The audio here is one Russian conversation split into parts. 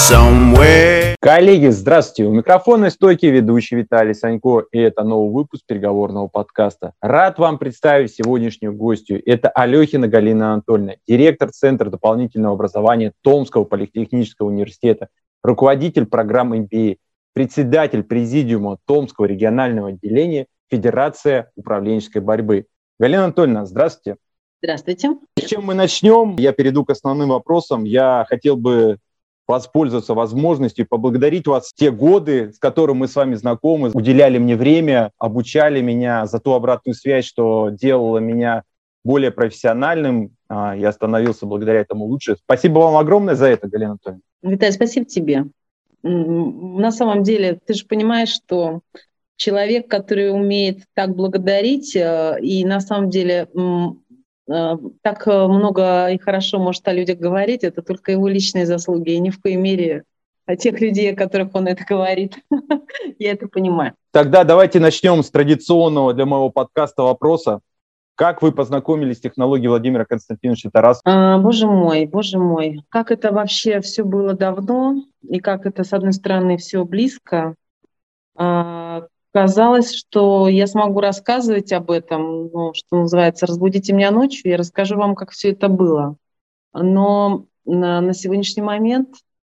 somewhere. Коллеги, здравствуйте! У микрофона стойкий ведущий Виталий Санько, и это новый выпуск переговорного подкаста. Рад вам представить сегодняшнюю гостью. Это Алехина Галина Анатольевна, директор Центра дополнительного образования Томского политехнического университета, руководитель программы MBA, председатель президиума Томского регионального отделения Федерация управленческой борьбы. Галина Анатольевна, здравствуйте. Здравствуйте. Прежде чем мы начнем, я перейду к основным вопросам. Я хотел бы воспользоваться возможностью и поблагодарить вас те годы, с которыми мы с вами знакомы, уделяли мне время, обучали меня, за ту обратную связь, что делала меня более профессиональным. Я становился благодаря этому лучше. Спасибо вам огромное за это, Галина Анатольевна. Виталий, спасибо тебе. На самом деле, ты же понимаешь, что человек, который умеет так благодарить, и на самом деле так много и хорошо может о людях говорить, это только его личные заслуги, и ни в коей мере о тех людей, о которых он это говорит. Я это понимаю. Тогда давайте начнем с традиционного для моего подкаста вопроса. Как вы познакомились с технологией Владимира Константиновича Тарасова? Боже мой, как это вообще все было давно, и как это, с одной стороны, все близко. Казалось, что я смогу рассказывать об этом, что называется, разбудите меня ночью, я расскажу вам, как все это было. Но на сегодняшний момент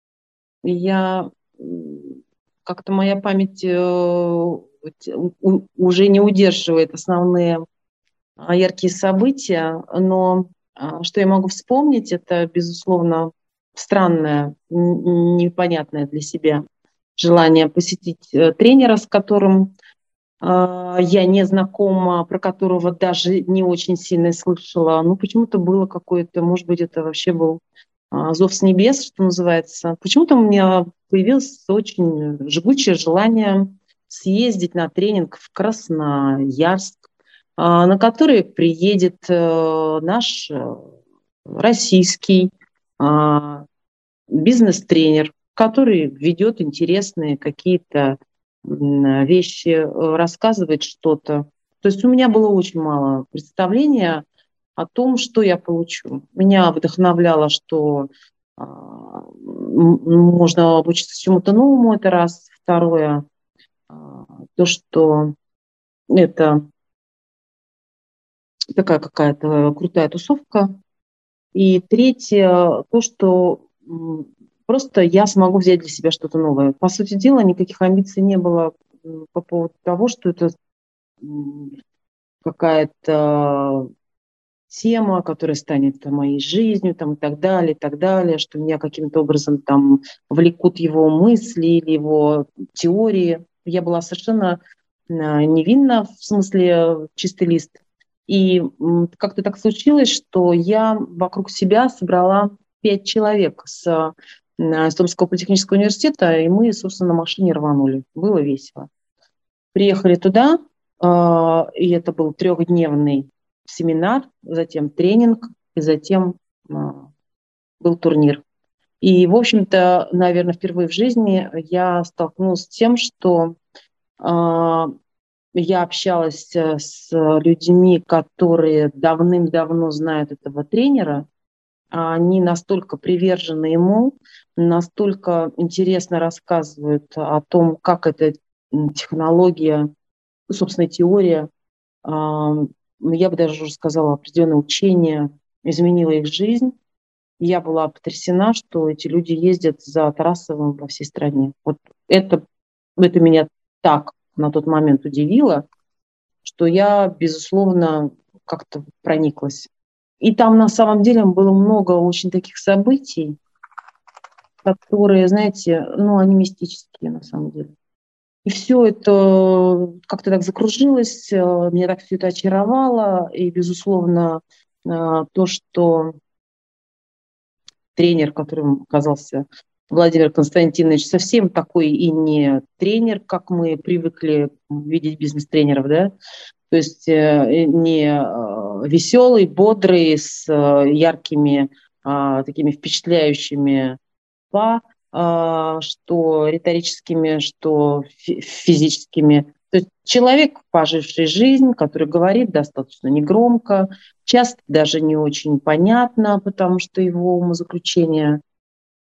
как-то моя память уже не удерживает основные яркие события, но что я могу вспомнить, это, безусловно, странное, непонятное для себя желание посетить тренера, с которым я не знакома, про которого даже не очень сильно слышала. Почему-то было какое-то, может быть, это вообще был зов с небес, что называется. Почему-то у меня появилось очень жгучее желание съездить на тренинг в Красноярск, на который приедет наш российский бизнес-тренер, который ведет интересные какие-то вещи, рассказывает что-то. То есть у меня было очень мало представления о том, что я получу. Меня вдохновляло, что можно обучиться чему-то новому, это раз. Второе, то, что это такая какая-то крутая тусовка. И третье, то, что просто я смогу взять для себя что-то новое. По сути дела, никаких амбиций не было по поводу того, что это какая-то тема, которая станет моей жизнью, там, и так далее, что меня каким-то образом там влекут его мысли или его теории. Я была совершенно невинна, в смысле чистый лист. И как-то так случилось, что я вокруг себя собрала 5 человек с Томского политехнического университета, и мы, собственно, на машине рванули. Было весело. Приехали туда, и это был 3-дневный семинар, затем тренинг, и затем был турнир. И, в общем-то, наверное, впервые в жизни я столкнулась с тем, что я общалась с людьми, которые давным-давно знают этого тренера. Они настолько привержены ему, настолько интересно рассказывают о том, как эта технология, собственно, теория, я бы даже уже сказала, определенное учение изменило их жизнь. Я была потрясена, что эти люди ездят за Тарасовым во всей стране. Вот это меня так на тот момент удивило, что я, безусловно, как-то прониклась. И там на самом деле было много очень таких событий, которые, знаете, они мистические на самом деле. И все это как-то так закружилось, меня так все это очаровало. И, безусловно, то, что тренер, которым оказался Владимир Константинович, совсем такой и не тренер, как мы привыкли видеть бизнес-тренеров, да, то есть не веселый, бодрый, с яркими, такими впечатляющими что риторическими, что физическими. То есть человек, поживший жизнь, который говорит достаточно негромко, часто даже не очень понятно, потому что его умозаключения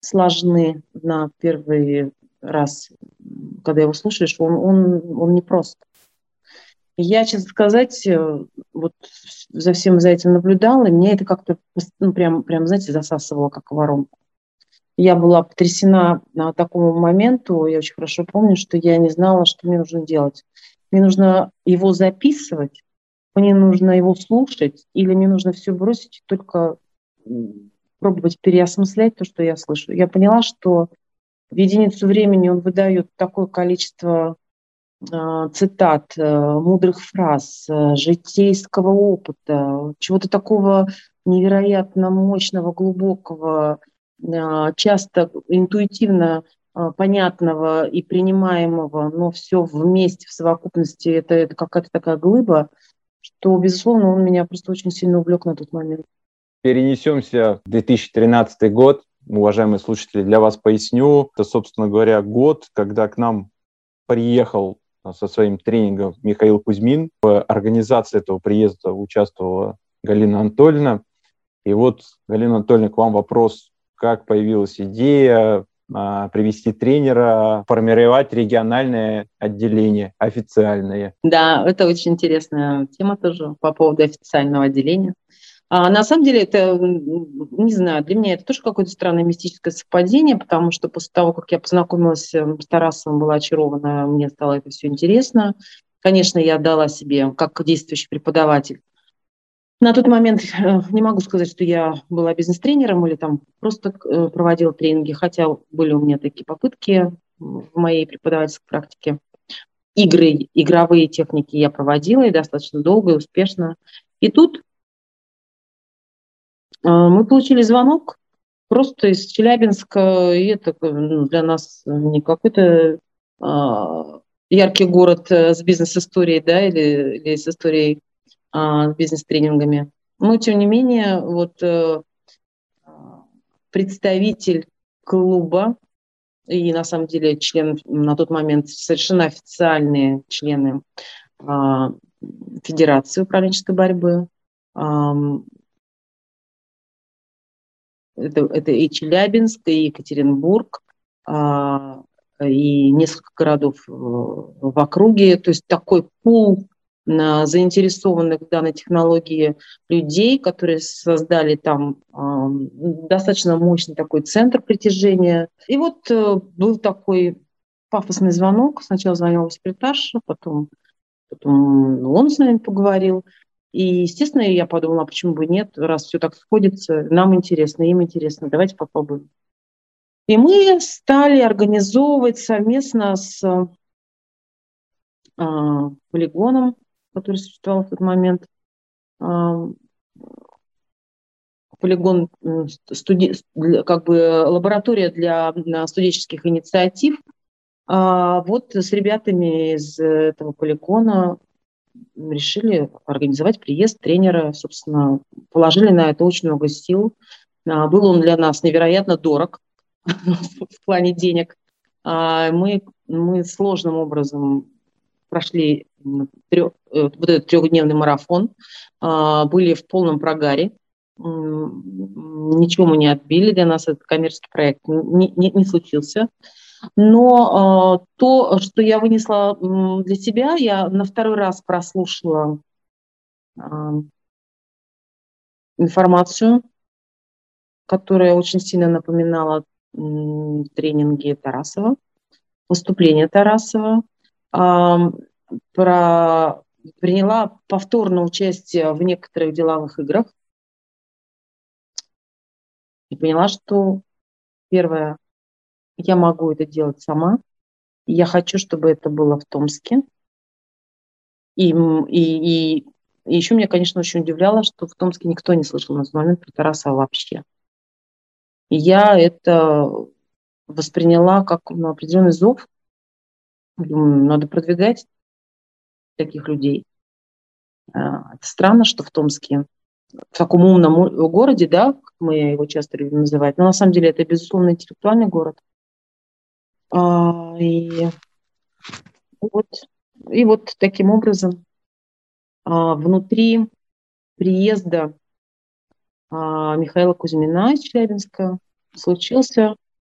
сложны на первый раз, когда его слушаешь, он непрост. Я, честно сказать, вот за всем за этим наблюдала, и мне это как-то, ну, прям, знаете, засасывало, как воронку. Я была потрясена на такому моменту, я очень хорошо помню, что я не знала, что мне нужно делать. Мне нужно его записывать, мне нужно его слушать, или мне нужно все бросить и только пробовать переосмыслять то, что я слышу. Я поняла, что в единицу времени он выдает такое количество цитат, мудрых фраз, житейского опыта, чего-то такого невероятно мощного, глубокого, часто интуитивно понятного и принимаемого, но все вместе, в совокупности, это какая-то такая глыба, что, безусловно, он меня просто очень сильно увлек на тот момент. Перенесемся в 2013 год. Уважаемые слушатели, для вас поясню. Это, собственно говоря, год, когда к нам приехал со своим тренингом Михаил Кузьмин. В организации этого приезда участвовала Галина Анатольевна. И вот, Галина Анатольевна, к вам вопрос, как появилась идея привести тренера, формировать региональное отделение, официальное? Да, это очень интересная тема тоже по поводу официального отделения. На самом деле это, не знаю, для меня это тоже какое-то странное мистическое совпадение, потому что после того, как я познакомилась с Тарасовым, была очарована, мне стало это все интересно. Конечно, я отдала себе, как действующий преподаватель. На тот момент не могу сказать, что я была бизнес-тренером или там просто проводила тренинги, хотя были у меня такие попытки в моей преподавательской практике. Игровые техники я проводила и достаточно долго и успешно. И тут мы получили звонок просто из Челябинска, и это для нас не какой-то яркий город с бизнес-историей, да, или с историей с бизнес-тренингами. Но, тем не менее, вот представитель клуба и, на самом деле, член на тот момент совершенно официальные члены Федерации управленческой борьбы, это и Челябинск, и Екатеринбург, и несколько городов в округе. То есть такой пул заинтересованных в данной технологии людей, которые создали там достаточно мощный такой центр притяжения. И вот был такой пафосный звонок. Сначала звонила секретарша, потом он с нами поговорил. И, естественно, я подумала, почему бы нет, раз все так сходится, нам интересно, им интересно, давайте попробуем. И мы стали организовывать совместно с полигоном, который существовал в тот момент, полигон, как бы лаборатория для студенческих инициатив. Вот с ребятами из этого полигона решили организовать приезд тренера, собственно, положили на это очень много сил. Был он для нас невероятно дорог в плане денег. Мы сложным образом прошли вот этот трехдневный марафон, были в полном прогаре, ничего мы не отбили, для нас этот коммерческий проект не случился. Но то, что я вынесла для себя, я на второй раз прослушала информацию, которая очень сильно напоминала тренинги Тарасова, выступления Тарасова, приняла повторное участие в некоторых деловых играх и поняла, что первое, я могу это делать сама, я хочу, чтобы это было в Томске. И еще меня, конечно, очень удивляло, что в Томске никто не слышал на тот момент про Тарасова вообще. И я это восприняла как определенный зов. Думаю, надо продвигать таких людей. Это странно, что в Томске, в таком умном городе, да, как мы его часто любим называть, но на самом деле это, безусловно, интеллектуальный город. И вот таким образом внутри приезда Михаила Кузьмина из Челябинска случился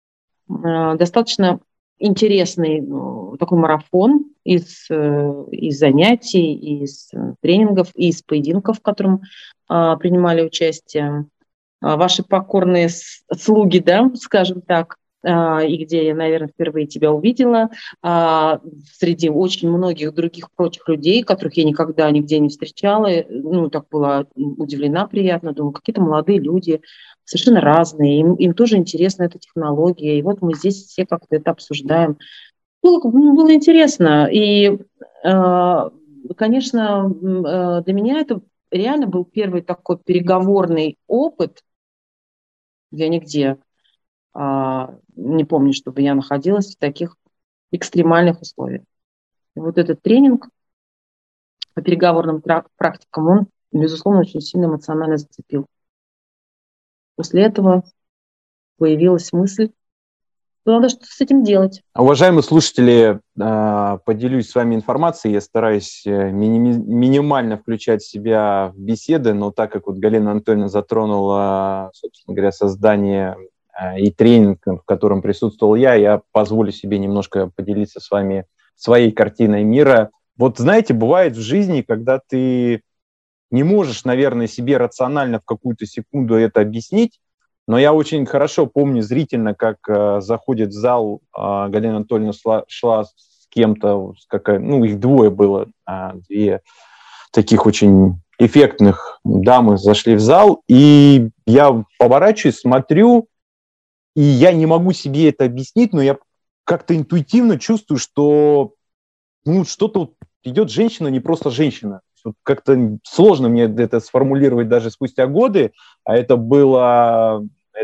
достаточно интересный такой марафон из занятий, из тренингов, из поединков, в котором принимали участие ваши покорные слуги, да, скажем так, и где я, наверное, впервые тебя увидела, среди очень многих других прочих людей, которых я никогда нигде не встречала. Ну, так была удивлена приятно, думаю, какие-то молодые люди, совершенно разные, им тоже интересна эта технология, и вот мы здесь все как-то это обсуждаем. Было интересно, и, конечно, для меня это реально был первый такой переговорный опыт. Я нигде не помню, чтобы я находилась в таких экстремальных условиях. И вот этот тренинг по переговорным практикам, он, безусловно, очень сильно эмоционально зацепил. После этого появилась мысль, что надо что-то с этим делать. Уважаемые слушатели, поделюсь с вами информацией. Я стараюсь минимально включать себя в беседы, но так как вот Галина Анатольевна затронула, собственно говоря, создание и тренинг, в котором присутствовал я позволю себе немножко поделиться с вами своей картиной мира. Вот знаете, бывает в жизни, когда ты не можешь, наверное, себе рационально в какую-то секунду это объяснить, но я очень хорошо помню зрительно, как заходит в зал, Галина Анатольевна шла с кем-то, их двое было, две таких очень эффектных дамы зашли в зал, и я поворачиваюсь, смотрю, и я не могу себе это объяснить, но я как-то интуитивно чувствую, что что-то вот идет женщина, не просто женщина. Вот как-то сложно мне это сформулировать даже спустя годы, а это было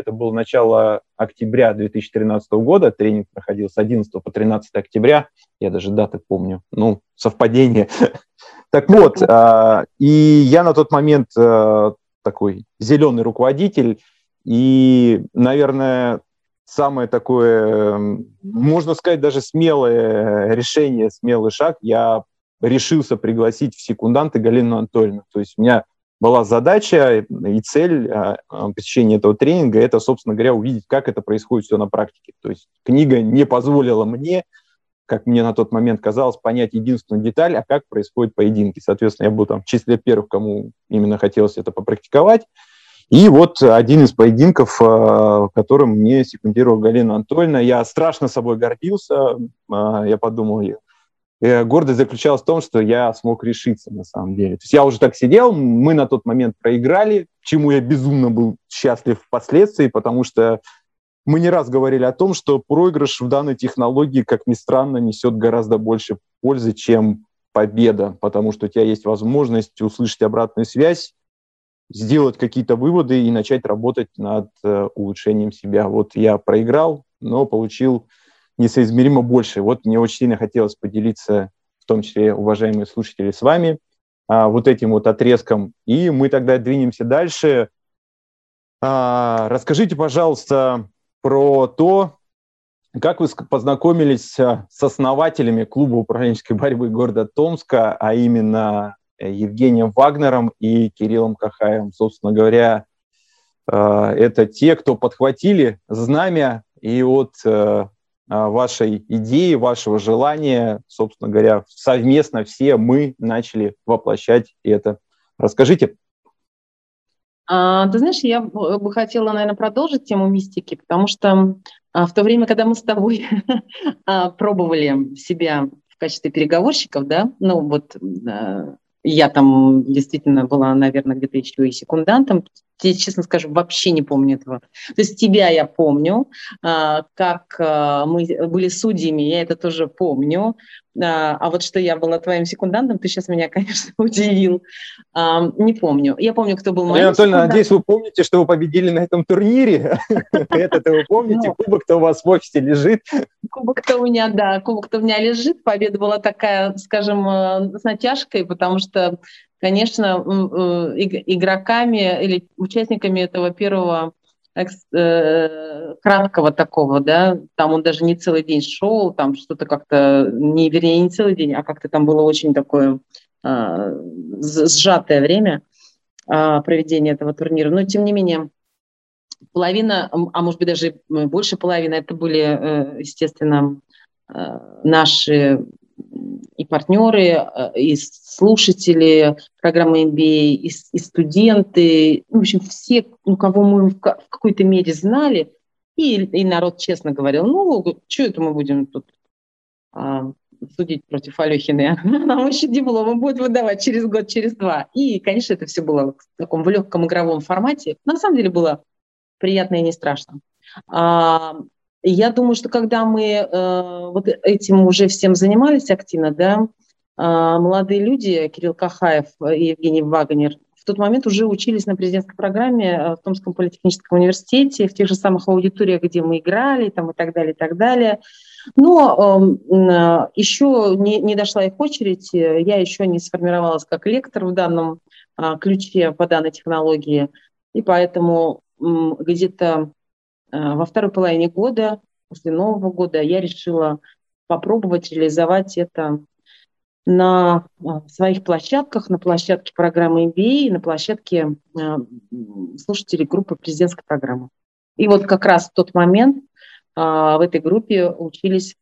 начало октября 2013 года, тренинг проходил с 11 по 13 октября, я даже даты помню, совпадение. Так вот, и я на тот момент такой зеленый руководитель, и, наверное, самое такое, можно сказать, даже смелое решение, смелый шаг, я решился пригласить в секунданты Галину Анатольевну. То есть у меня была задача и цель посещения этого тренинга, это, собственно говоря, увидеть, как это происходит все на практике. То есть книга не позволила мне, как мне на тот момент казалось, понять единственную деталь, а как происходят поединки. Соответственно, я был там в числе первых, кому именно хотелось это попрактиковать. И вот один из поединков, которым мне секундировала Галина Анатольевна, я страшно собой гордился, я подумал, гордость заключалась в том, что я смог решиться на самом деле. То есть я уже так сидел, мы на тот момент проиграли, чему я безумно был счастлив впоследствии, потому что мы не раз говорили о том, что проигрыш в данной технологии, как ни странно, несет гораздо больше пользы, чем победа, потому что у тебя есть возможность услышать обратную связь, сделать какие-то выводы и начать работать над улучшением себя. Вот я проиграл, но получил несоизмеримо больше. Вот мне очень сильно хотелось поделиться, в том числе, уважаемые слушатели, с вами вот этим вот отрезком. И мы тогда двинемся дальше. Расскажите, пожалуйста, про то, как вы познакомились с основателями клуба управленческой борьбы города Томска, а именно Евгением Вагнером и Кириллом Кахаевым. Собственно говоря, это те, кто подхватили знамя и от вашей идеи, вашего желания, собственно говоря, совместно все мы начали воплощать это. Расскажите. Ты знаешь, я бы хотела, наверное, продолжить тему мистики, потому что в то время, когда мы с тобой пробовали себя в качестве переговорщиков, да, я там действительно была, наверное, где-то еще и секундантом. Тебе, честно скажу, вообще не помню этого. То есть тебя я помню, как мы были судьями, я это тоже помню. А вот что я была твоим секундантом, ты сейчас меня, конечно, удивил. Не помню. Я помню, кто был моим секундантом. Надеюсь, вы помните, что вы победили на этом турнире. Это вы помните? Кубок-то у вас в офисе лежит. Кубок-то у меня, да, кубок-то у меня лежит. Победа была такая, скажем, с натяжкой, потому что, конечно, игроками или участниками этого первого краткого такого, да, там он даже не целый день шел, там что-то как-то, вернее, не целый день, а как-то там было очень такое сжатое время проведения этого турнира. Но, тем не менее, половина, а может быть даже больше половины, это были, естественно, наши и партнеры, и слушатели программы MBA, и студенты, в общем, все, кого мы в какой-то мере знали, и народ честно говорил, что это мы будем тут судить против Алехиной, нам еще дипломы будут выдавать через год, через два. И, конечно, это все было в таком в легком игровом формате. На самом деле было приятно и не страшно. Я думаю, что когда мы вот этим уже всем занимались активно, да, молодые люди, Кирилл Кахаев и Евгений Вагнер, в тот момент уже учились на президентской программе в Томском политехническом университете, в тех же самых аудиториях, где мы играли, там, и так далее, и так далее. Но еще не дошла их очередь, я еще не сформировалась как лектор в данном ключе по данной технологии, и поэтому где-то во второй половине года, после Нового года, я решила попробовать реализовать это на своих площадках, на площадке программы MBA, на площадке слушателей группы президентской программы. И вот как раз в тот момент в этой группе учились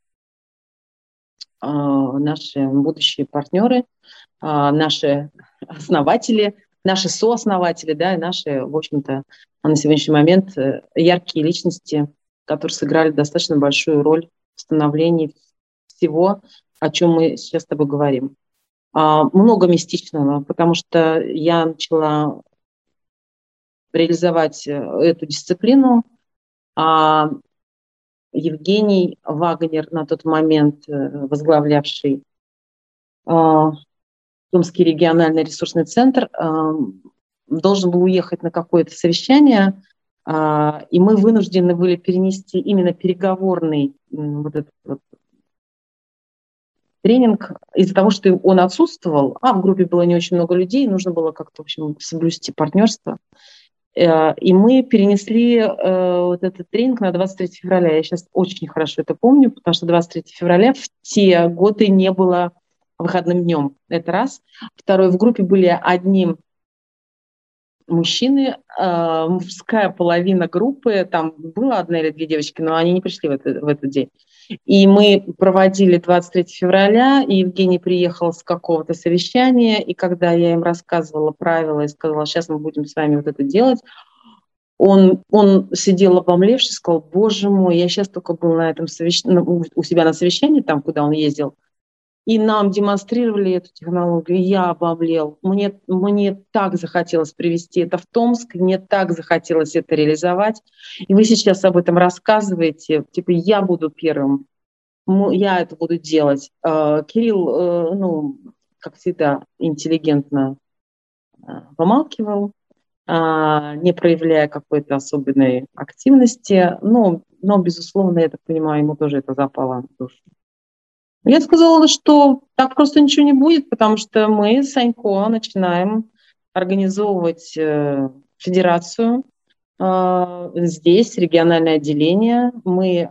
наши будущие партнеры, наши основатели, наши сооснователи, да, и наши, в общем-то, на сегодняшний момент яркие личности, которые сыграли достаточно большую роль в становлении всего, о чем мы сейчас с тобой говорим. Много мистичного, потому что я начала реализовать эту дисциплину, а Евгений Вагнер, на тот момент возглавлявший Томский региональный ресурсный центр, должен был уехать на какое-то совещание, и мы вынуждены были перенести именно переговорный вот этот вот тренинг из-за того, что он отсутствовал, а в группе было не очень много людей, нужно было как-то, в общем, соблюсти партнерство. И мы перенесли вот этот тренинг на 23 февраля. Я сейчас очень хорошо это помню, потому что 23 февраля в те годы не было выходным днем. Это раз. Второй, в группе были одни мужчины, мужская половина группы, там была одна или две девочки, но они не пришли в этот день. И мы проводили 23 февраля, и Евгений приехал с какого-то совещания, и когда я им рассказывала правила и сказала, сейчас мы будем с вами вот это делать, он сидел обомлевший, сказал, боже мой, я сейчас только был на этом у себя на совещании, там, куда он ездил, и нам демонстрировали эту технологию, я обомлел. Мне так захотелось привести это в Томск, мне так захотелось это реализовать. И вы сейчас об этом рассказываете, типа я буду первым, я это буду делать. Кирилл, как всегда, интеллигентно помалкивал, не проявляя какой-то особенной активности, но, безусловно, я так понимаю, ему тоже это запало в душу. Я сказала, что так просто ничего не будет, потому что мы с Санько начинаем организовывать федерацию. Здесь региональное отделение. Мы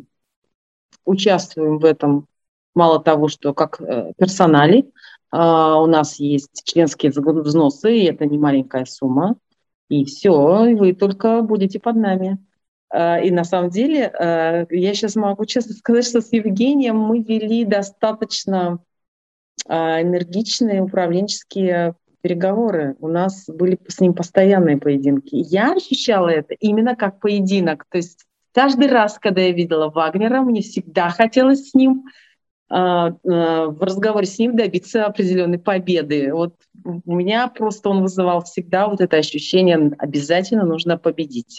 участвуем в этом, мало того, что как персонали. У нас есть членские взносы, и это не маленькая сумма. И все, и вы только будете под нами. И на самом деле, я сейчас могу честно сказать, что с Евгением мы вели достаточно энергичные управленческие переговоры. У нас были с ним постоянные поединки. Я ощущала это именно как поединок. То есть каждый раз, когда я видела Вагнера, мне всегда хотелось с ним в разговоре с ним добиться определенной победы. Вот у меня просто он вызывал всегда вот это ощущение, обязательно нужно победить.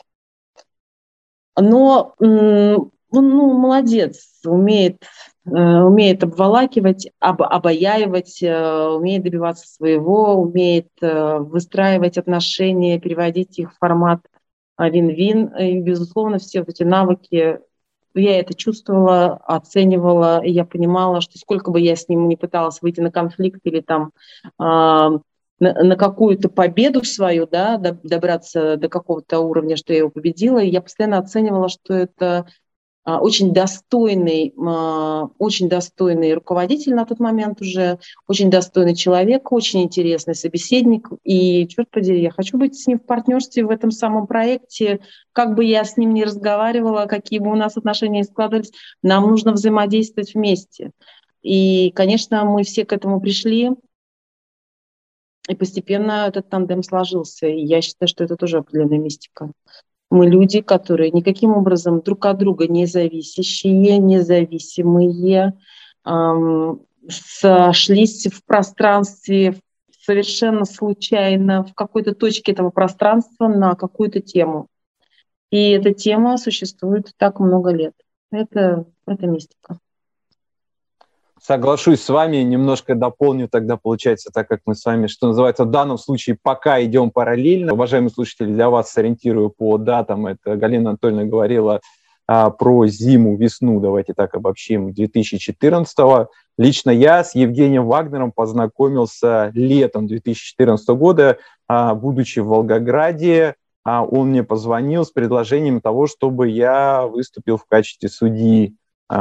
Но молодец, умеет обволакивать, обаяивать, умеет добиваться своего, умеет выстраивать отношения, переводить их в формат вин-вин. И, безусловно, все вот эти навыки, я это чувствовала, оценивала, и я понимала, что сколько бы я с ним не пыталась выйти на конфликт или там на какую-то победу свою, да, добраться до какого-то уровня, что я его победила, и я постоянно оценивала, что это очень достойный руководитель на тот момент уже, очень достойный человек, очень интересный собеседник. И, черт подери, я хочу быть с ним в партнерстве в этом самом проекте. Как бы я с ним ни разговаривала, какие бы у нас отношения ни складывались, нам нужно взаимодействовать вместе. И, конечно, мы все к этому пришли, и постепенно этот тандем сложился. И я считаю, что это тоже определенная мистика. Мы люди, которые никаким образом друг от друга не зависящие, независимые, сошлись в пространстве совершенно случайно, в какой-то точке этого пространства на какую-то тему. И эта тема существует так много лет. Это мистика. Соглашусь с вами, немножко дополню тогда, получается, так как мы с вами, что называется, в данном случае пока идем параллельно. Уважаемые слушатели, для вас сориентирую по датам. Это Галина Анатольевна говорила про зиму, весну, давайте так обобщим, 2014-го. Лично я с Евгением Вагнером познакомился летом 2014 года, будучи в Волгограде. Он мне позвонил с предложением того, чтобы я выступил в качестве судьи.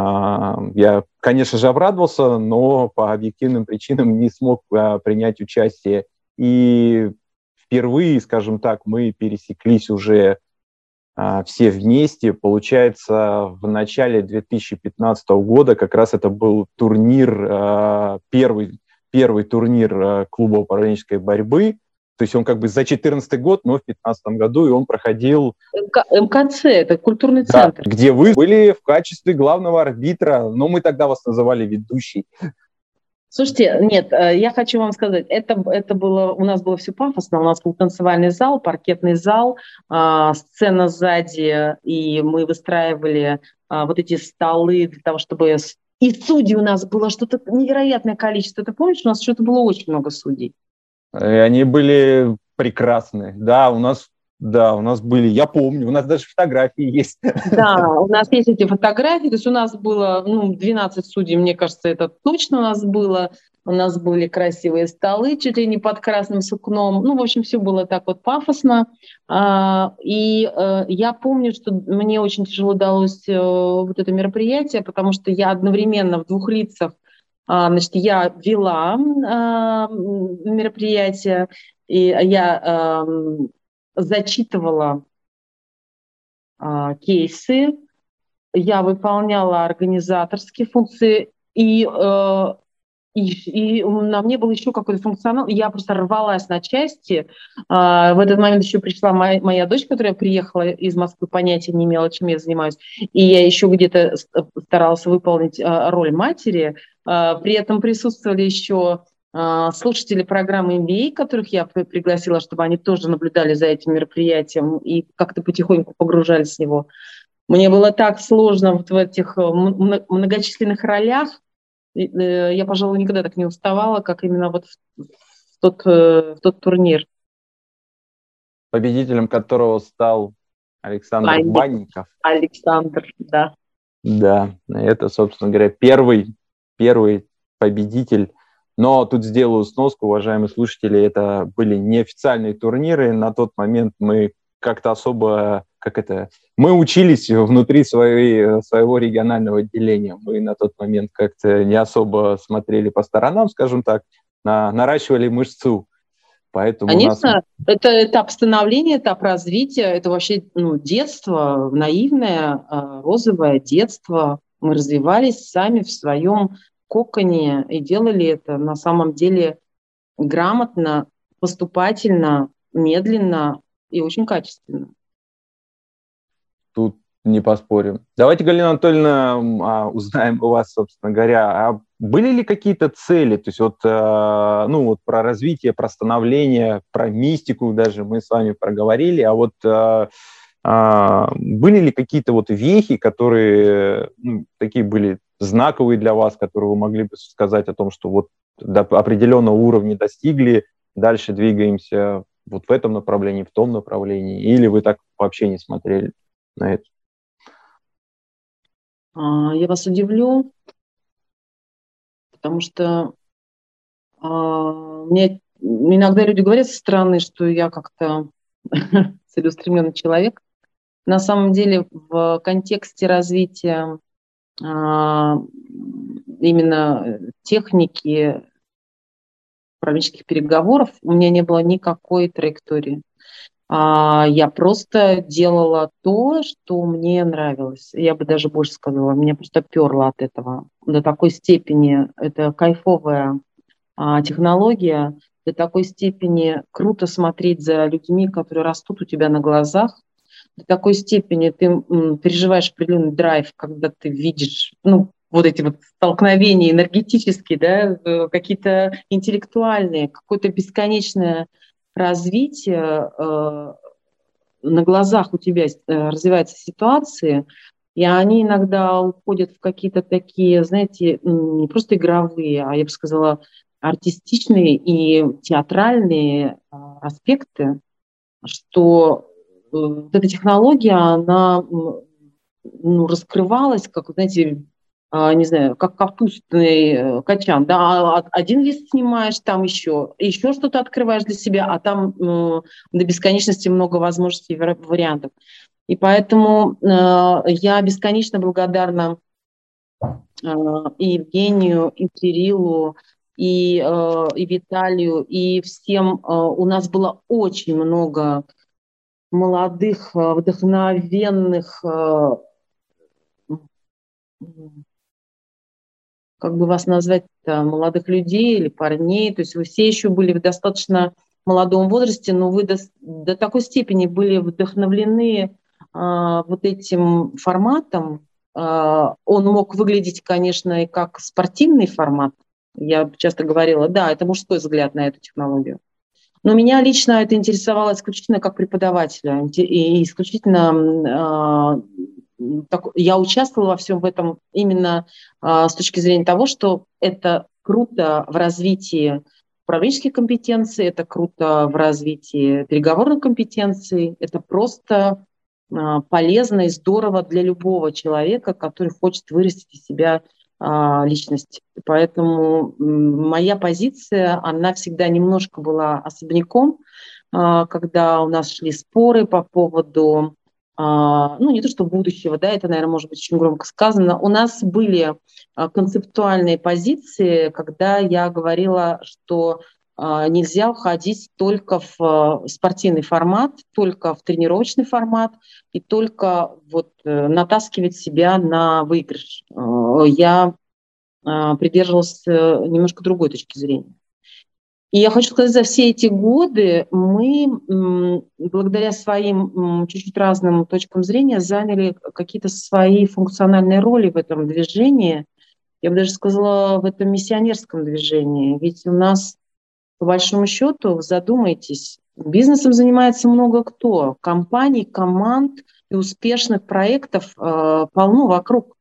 Я, конечно же, обрадовался, но по объективным причинам не смог принять участие. И впервые, скажем так, мы пересеклись уже все вместе. Получается, в начале 2015 года как раз это был турнир, первый турнир клуба управленческой борьбы. То есть он как бы за 2014 год, но в 2015 году, и он проходил... МКЦ, это культурный центр. Где вы были в качестве главного арбитра, но мы тогда вас называли ведущей. Слушайте, нет, я хочу вам сказать, это было, у нас было все пафосно, у нас был танцевальный зал, паркетный зал, сцена сзади, и мы выстраивали вот эти столы для того, чтобы... И судей у нас было что-то невероятное количество. Ты помнишь, у нас что-то было очень много судей? И они были прекрасны. Да, у нас были, я помню, у нас даже фотографии есть. Да, у нас есть эти фотографии, то есть у нас было 12 судей, мне кажется, это точно у нас было. У нас были красивые столы, чуть ли не под красным сукном. В общем, все было так вот пафосно. И я помню, что мне очень тяжело далось вот это мероприятие, потому что я одновременно в двух лицах, значит, я вела мероприятие, и я зачитывала кейсы, я выполняла организаторские функции, и на мне был еще какой-то функционал, я просто рвалась на части. В этот момент еще пришла моя дочь, которая приехала из Москвы, понятия не имела, чем я занимаюсь, и я еще где-то старалась выполнить роль матери. При этом присутствовали еще слушатели программы MBA, которых я пригласила, чтобы они тоже наблюдали за этим мероприятием и как-то потихоньку погружались в него. Мне было так сложно вот в этих многочисленных ролях. Я, пожалуй, никогда так не уставала, как именно вот в тот турнир. Победителем которого стал Александр Банников. Александр, да. Да, это, собственно говоря, первый победитель. Но тут сделаю сноску, уважаемые слушатели, это были неофициальные турниры. На тот момент мы как-то особо, мы учились внутри своего регионального отделения. Мы на тот момент как-то не особо смотрели по сторонам, скажем так, наращивали мышцу. Поэтому конечно, это этап становления, этап развития, это вообще детство, наивное, розовое детство. Мы развивались сами в своем коконе и делали это на самом деле грамотно, поступательно, медленно и очень качественно. Тут не поспорим. Давайте, Галина Анатольевна, узнаем у вас, собственно говоря, были ли какие-то цели, то есть вот про развитие, про становление, про мистику даже мы с вами проговорили, а вот были ли какие-то вот вехи, которые такие были знаковые для вас, которые вы могли бы сказать о том, что вот до определенного уровня достигли, дальше двигаемся вот в этом направлении, в том направлении, или вы так вообще не смотрели на это? Я вас удивлю, потому что мне иногда люди говорят со стороны, что я как-то целеустремленный человек. На самом деле в контексте развития именно техники управленческих переговоров у меня не было никакой траектории. Я просто делала то, что мне нравилось. Я бы даже больше сказала, меня просто перло от этого. До такой степени это кайфовая технология, до такой степени круто смотреть за людьми, которые растут у тебя на глазах, до такой степени ты переживаешь определенный драйв, когда ты видишь, вот эти вот столкновения энергетические, да, какие-то интеллектуальные, какое-то бесконечное развитие, на глазах у тебя развиваются ситуации, и они иногда уходят в какие-то такие, знаете, не просто игровые, а я бы сказала, артистичные и театральные аспекты, что вот эта технология, она раскрывалась, как, знаете, не знаю, как капустный качан, да, один лист снимаешь, там еще что-то открываешь для себя, а там до бесконечности много возможностей и вариантов. И поэтому я бесконечно благодарна и Евгению, и Кириллу, и Виталию, и всем. У нас было очень много молодых, вдохновенных, как бы вас назвать, молодых людей или парней. То есть вы все еще были в достаточно молодом возрасте, но вы до такой степени были вдохновлены вот этим форматом. Он мог выглядеть, конечно, и как спортивный формат. Я часто говорила, да, это мужской взгляд на эту технологию. Но меня лично это интересовало исключительно как преподавателя. И исключительно я участвовала во всем этом именно с точки зрения того, что это круто в развитии управленческих компетенций, это круто в развитии переговорных компетенций, это просто полезно и здорово для любого человека, который хочет вырастить из себя личность. Поэтому моя позиция, она всегда немножко была особняком, когда у нас шли споры по поводу, не то что будущего, да, это, наверное, может быть очень громко сказано, у нас были концептуальные позиции, когда я говорила, что нельзя уходить только в спортивный формат, только в тренировочный формат и только натаскивать себя на выигрыш. Я придерживалась немножко другой точки зрения. И я хочу сказать, за все эти годы мы, благодаря своим чуть-чуть разным точкам зрения, заняли какие-то свои функциональные роли в этом движении. Я бы даже сказала, в этом миссионерском движении. Ведь у нас, по большому счету, задумайтесь, бизнесом занимается много кто. Компаний, команд и успешных проектов полно вокруг.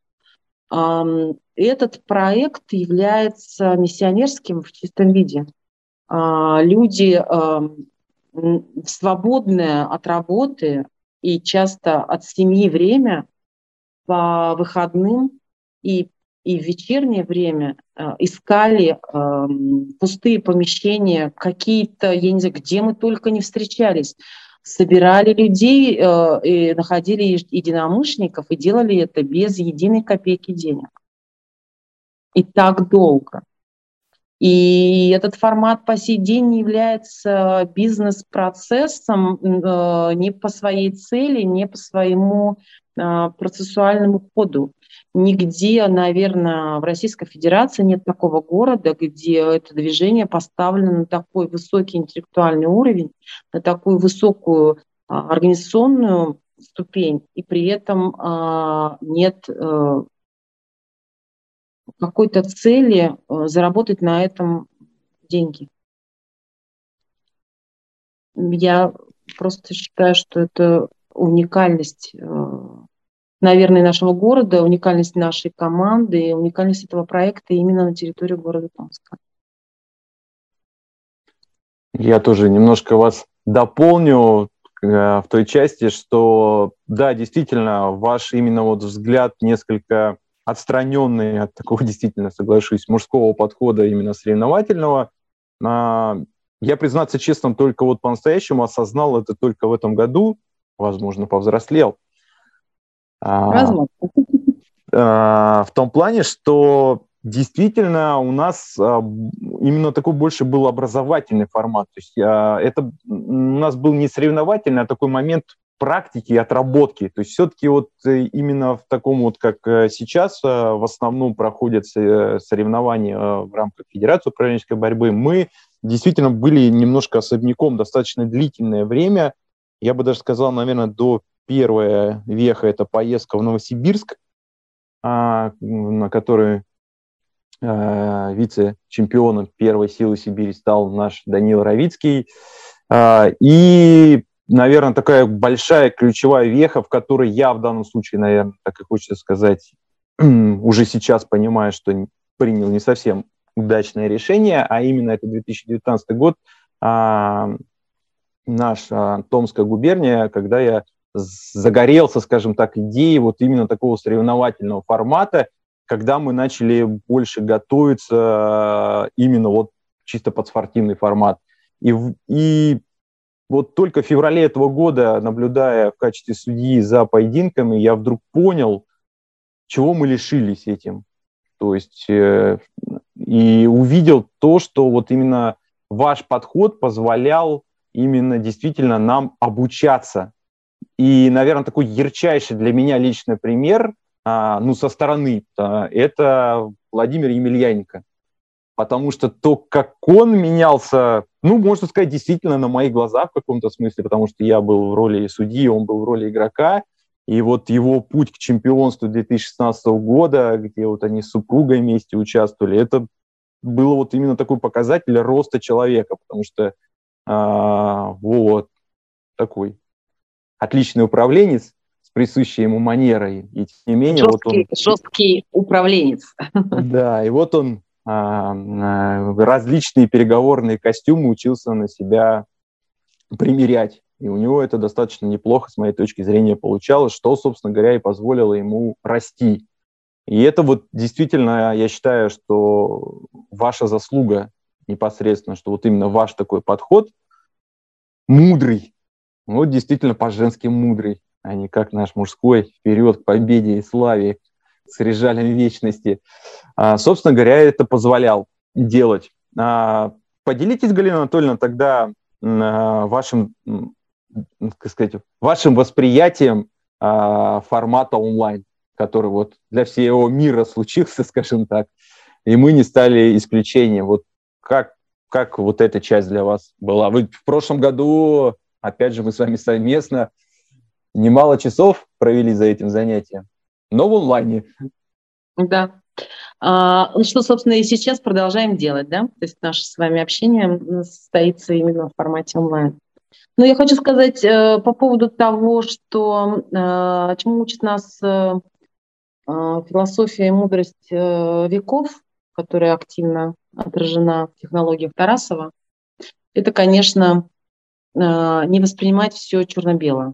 Этот проект является миссионерским в чистом виде. Люди в свободное от работы и часто от семьи время по выходным и в вечернее время искали пустые помещения, какие-то, я не знаю, где мы только не встречались, собирали людей и находили единомышленников и делали это без единой копейки денег. И так долго. И этот формат по сей день не является бизнес-процессом не по своей цели, не по своему процессуальному ходу. Нигде, наверное, в Российской Федерации нет такого города, где это движение поставлено на такой высокий интеллектуальный уровень, на такую высокую организационную ступень, и при этом нет какой-то цели заработать на этом деньги. Я просто считаю, что это уникальность, наверное, нашего города, уникальность нашей команды, уникальность этого проекта именно на территории города Томска. Я тоже немножко вас дополню в той части, что да, действительно, ваш именно взгляд несколько отстраненный от такого, действительно, соглашусь, мужского подхода именно соревновательного. Я, признаться честно, только по-настоящему осознал это только в этом году, возможно, повзрослел. Возможно. В том плане, что действительно у нас именно такой больше был образовательный формат. То есть это у нас был не соревновательный, а такой момент практики и отработки. То есть все-таки вот именно в таком вот, как сейчас, в основном проходят соревнования в рамках Федерации управленческой борьбы, мы действительно были немножко особняком достаточно длительное время. Я бы даже сказал, наверное, до первого веха это поездка в Новосибирск, на которой вице-чемпионом первой силы Сибири стал наш Данил Равицкий. И, наверное, такая большая ключевая веха, в которой я в данном случае, наверное, так и хочется сказать, уже сейчас понимаю, что принял не совсем удачное решение, а именно это 2019 год, наша Томская губерния, когда я загорелся, скажем так, идеей вот именно такого соревновательного формата, когда мы начали больше готовиться именно вот чисто под спортивный формат. И вот только в феврале этого года, наблюдая в качестве судьи за поединками, я вдруг понял, чего мы лишились этим. То есть и увидел то, что вот именно ваш подход позволял именно действительно нам обучаться. И, наверное, такой ярчайший для меня личный пример, со стороны, это Владимир Емельяненко. Потому что то, как он менялся, можно сказать, действительно на моих глазах в каком-то смысле, потому что я был в роли судьи, он был в роли игрока, и вот его путь к чемпионству 2016 года, где вот они с супругой вместе участвовали, это было вот именно такой показатель роста человека, потому что вот такой отличный управленец с присущей ему манерой, и тем не менее... Жесткий управленец. Да, и вот он различные переговорные костюмы учился на себя примерять. И у него это достаточно неплохо, с моей точки зрения, получалось, что, собственно говоря, и позволило ему расти. И это вот действительно, я считаю, что ваша заслуга непосредственно, что вот именно ваш такой подход мудрый, вот действительно по-женски мудрый, а не как наш мужской вперед к победе и славе с режалем вечности. Собственно говоря, это позволял делать. Поделитесь, Галина Анатольевна, тогда вашим, так сказать, вашим восприятием формата онлайн, который вот для всего мира случился, скажем так, и мы не стали исключением. Вот как вот эта часть для вас была? Вы в прошлом году, опять же, мы с вами совместно немало часов провели за этим занятием, но в онлайне. Да. Что, собственно, и сейчас продолжаем делать, да? То есть наше с вами общение состоится именно в формате онлайн. Но я хочу сказать по поводу того, что чему учит нас философия и мудрость веков, которая активно отражена в технологиях Тарасова, это, конечно, не воспринимать все черно-бело.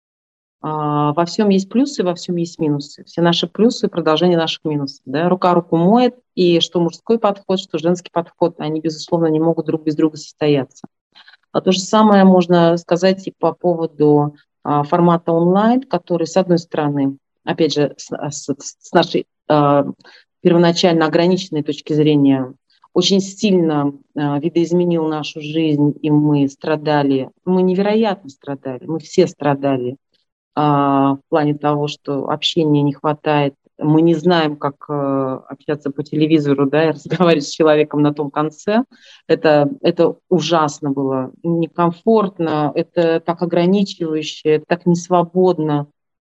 Во всем есть плюсы, во всем есть минусы. Все наши плюсы – продолжение наших минусов. Да? Рука руку моет, и что мужской подход, что женский подход, они, безусловно, не могут друг без друга состояться. А то же самое можно сказать и по поводу формата онлайн, который, с одной стороны, опять же, с нашей первоначально ограниченной точки зрения, очень сильно видоизменил нашу жизнь, и мы страдали, мы невероятно страдали, мы все страдали в плане того, что общения не хватает, мы не знаем, как общаться по телевизору, да, и разговаривать с человеком на том конце. Это ужасно было, некомфортно, это так ограничивающе, так несвободно.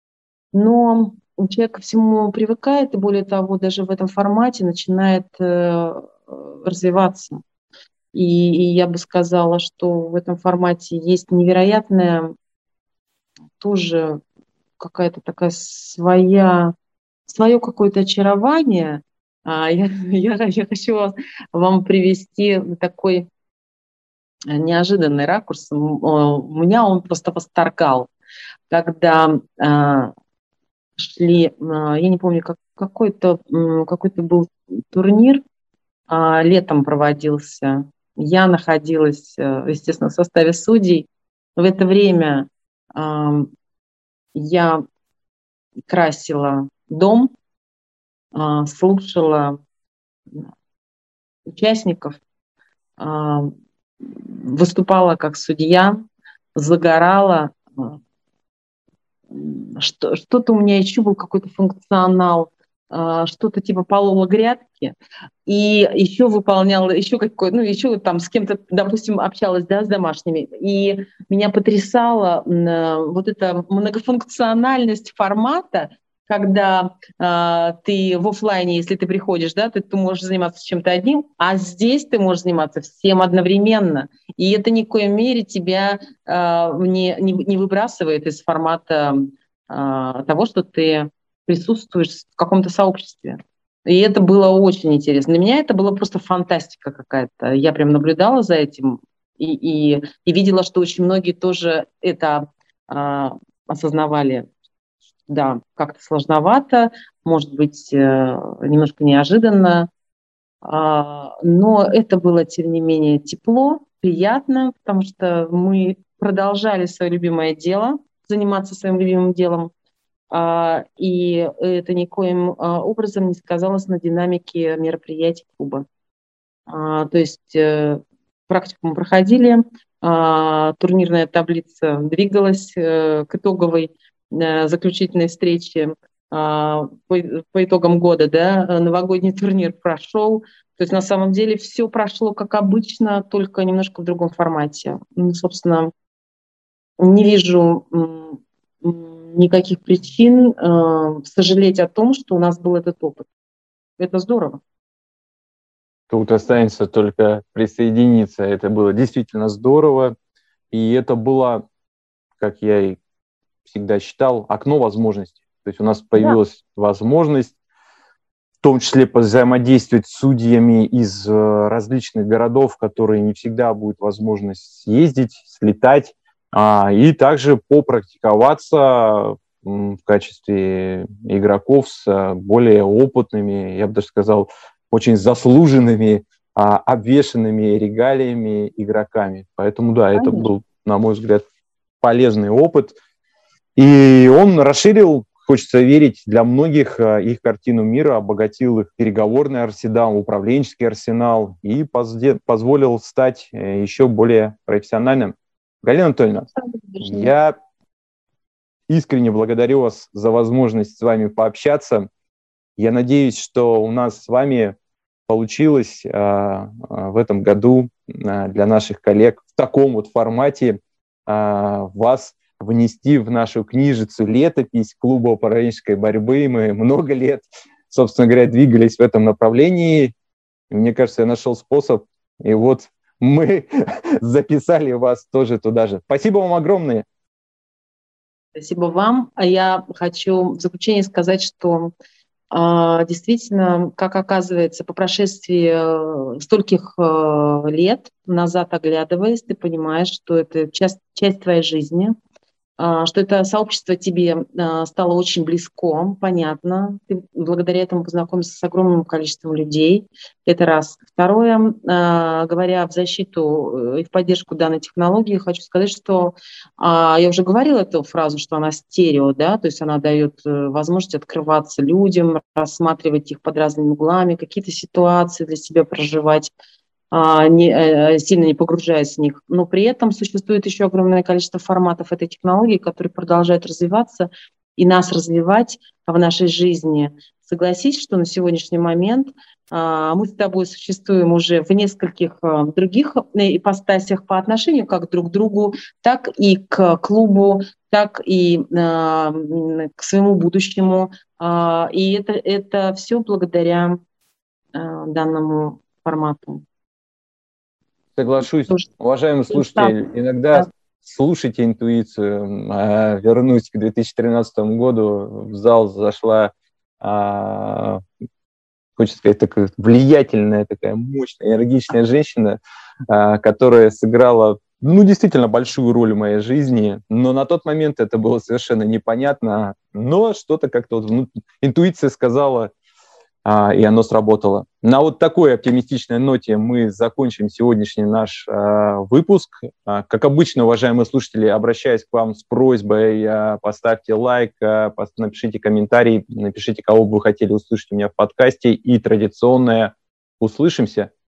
Но человек ко всему привыкает, и более того, даже в этом формате начинает развиваться. И я бы сказала, что в этом формате есть невероятная тоже какая-то такая свое какое-то очарование. Я хочу вам привести такой неожиданный ракурс. Меня он просто восторгал, когда шли, я не помню, какой-то был турнир, летом проводился. Я находилась, естественно, в составе судей. В это время я красила дом, слушала участников, выступала как судья, загорала. Что-то у меня еще был какой-то функционал, что-то типа полола грядки, и еще выполняла, еще какой, ну, еще там с кем-то, допустим, общалась, да, с домашними. И меня потрясала вот эта многофункциональность формата, когда ты в офлайне, если ты приходишь, да, ты можешь заниматься чем-то одним, а здесь ты можешь заниматься всем одновременно. И это ни в коей мере тебя не выбрасывает из формата того, что ты присутствуешь в каком-то сообществе. И это было очень интересно. Для меня это была просто фантастика какая-то. Я прям наблюдала за этим и видела, что очень многие тоже это осознавали. Да, как-то сложновато, может быть, немножко неожиданно, но это было, тем не менее, тепло, приятно, потому что мы продолжали свое любимое дело, заниматься своим любимым делом, и это никоим образом не сказалось на динамике мероприятий клуба. То есть практику мы проходили, турнирная таблица двигалась к итоговой заключительной встрече по итогам года, да, новогодний турнир прошел. То есть на самом деле все прошло как обычно, только немножко в другом формате. Ну, собственно, не вижу никаких причин сожалеть о том, что у нас был этот опыт. Это здорово. Тут останется только присоединиться. Это было действительно здорово. И это было, как я и всегда считал, окно возможностей. То есть у нас появилась возможность, в том числе взаимодействовать с судьями из различных городов, которые не всегда будет возможность съездить, слетать, и также попрактиковаться в качестве игроков с более опытными, я бы даже сказал, очень заслуженными, обвешанными регалиями игроками. Поэтому, да, это был, на мой взгляд, полезный опыт. И он расширил, хочется верить, для многих их картину мира, обогатил их переговорный арсенал, управленческий арсенал и позволил стать еще более профессиональным. Галина Анатольевна, я искренне благодарю вас за возможность с вами пообщаться. Я надеюсь, что у нас с вами получилось в этом году для наших коллег в таком вот формате вас внести в нашу книжицу летопись клуба управленческой борьбы. Мы много лет, собственно говоря, двигались в этом направлении. И мне кажется, я нашел способ, и вот мы записали вас тоже туда же. Спасибо вам огромное. Спасибо вам. А я хочу в заключение сказать, что действительно, как оказывается, по прошествии стольких лет назад оглядываясь, ты понимаешь, что это часть твоей жизни, что это сообщество тебе стало очень близко, понятно. Ты благодаря этому познакомился с огромным количеством людей. Это раз. Второе, говоря в защиту и в поддержку данной технологии, хочу сказать, что я уже говорила эту фразу, что она стерео, да, то есть она дает возможность открываться людям, рассматривать их под разными углами, какие-то ситуации для себя проживать, сильно не погружаясь в них. Но при этом существует еще огромное количество форматов этой технологии, которые продолжают развиваться и нас развивать в нашей жизни. Согласись, что на сегодняшний момент мы с тобой существуем уже в нескольких других ипостасях по отношению как друг к другу, так и к клубу, так и к своему будущему. И это все благодаря данному формату. Соглашусь. Уважаемый слушатель, иногда слушайте интуицию. Вернусь к 2013 году. В зал зашла, хочется сказать, такая влиятельная, такая мощная, энергичная женщина, которая сыграла, действительно большую роль в моей жизни. Но на тот момент это было совершенно непонятно. Но что-то как-то интуиция сказала: и оно сработало. На вот такой оптимистичной ноте мы закончим сегодняшний наш выпуск. Как обычно, уважаемые слушатели, обращаюсь к вам с просьбой, поставьте лайк, напишите комментарий, напишите, кого бы вы хотели услышать у меня в подкасте. И традиционное услышимся.